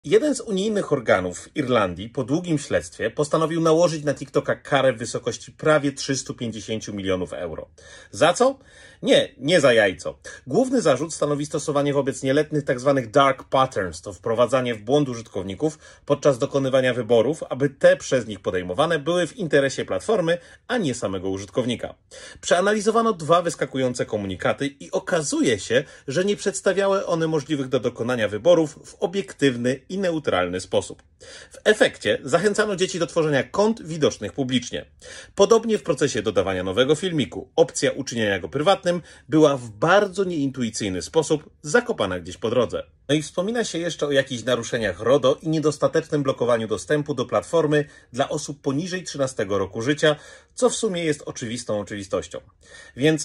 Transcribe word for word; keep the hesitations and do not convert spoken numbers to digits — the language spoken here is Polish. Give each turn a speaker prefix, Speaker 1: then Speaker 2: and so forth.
Speaker 1: Jeden z unijnych organów w Irlandii po długim śledztwie postanowił nałożyć na TikToka karę w wysokości prawie trzystu pięćdziesięciu milionów euro. Za co? Nie, nie za jajco. Główny zarzut stanowi stosowanie wobec nieletnich tzw. dark patterns, to wprowadzanie w błąd użytkowników podczas dokonywania wyborów, aby te przez nich podejmowane były w interesie platformy, a nie samego użytkownika. Przeanalizowano dwa wyskakujące komunikaty i okazuje się, że nie przedstawiały one możliwych do dokonania wyborów w obiektywny i neutralny sposób. W efekcie zachęcano dzieci do tworzenia kont widocznych publicznie. Podobnie w procesie dodawania nowego filmiku. Opcja uczynienia go prywatnym była w bardzo nieintuicyjny sposób zakopana gdzieś po drodze. No i wspomina się jeszcze o jakichś naruszeniach RODO i niedostatecznym blokowaniu dostępu do platformy dla osób poniżej trzynastego roku życia, co w sumie jest oczywistą oczywistością. Więc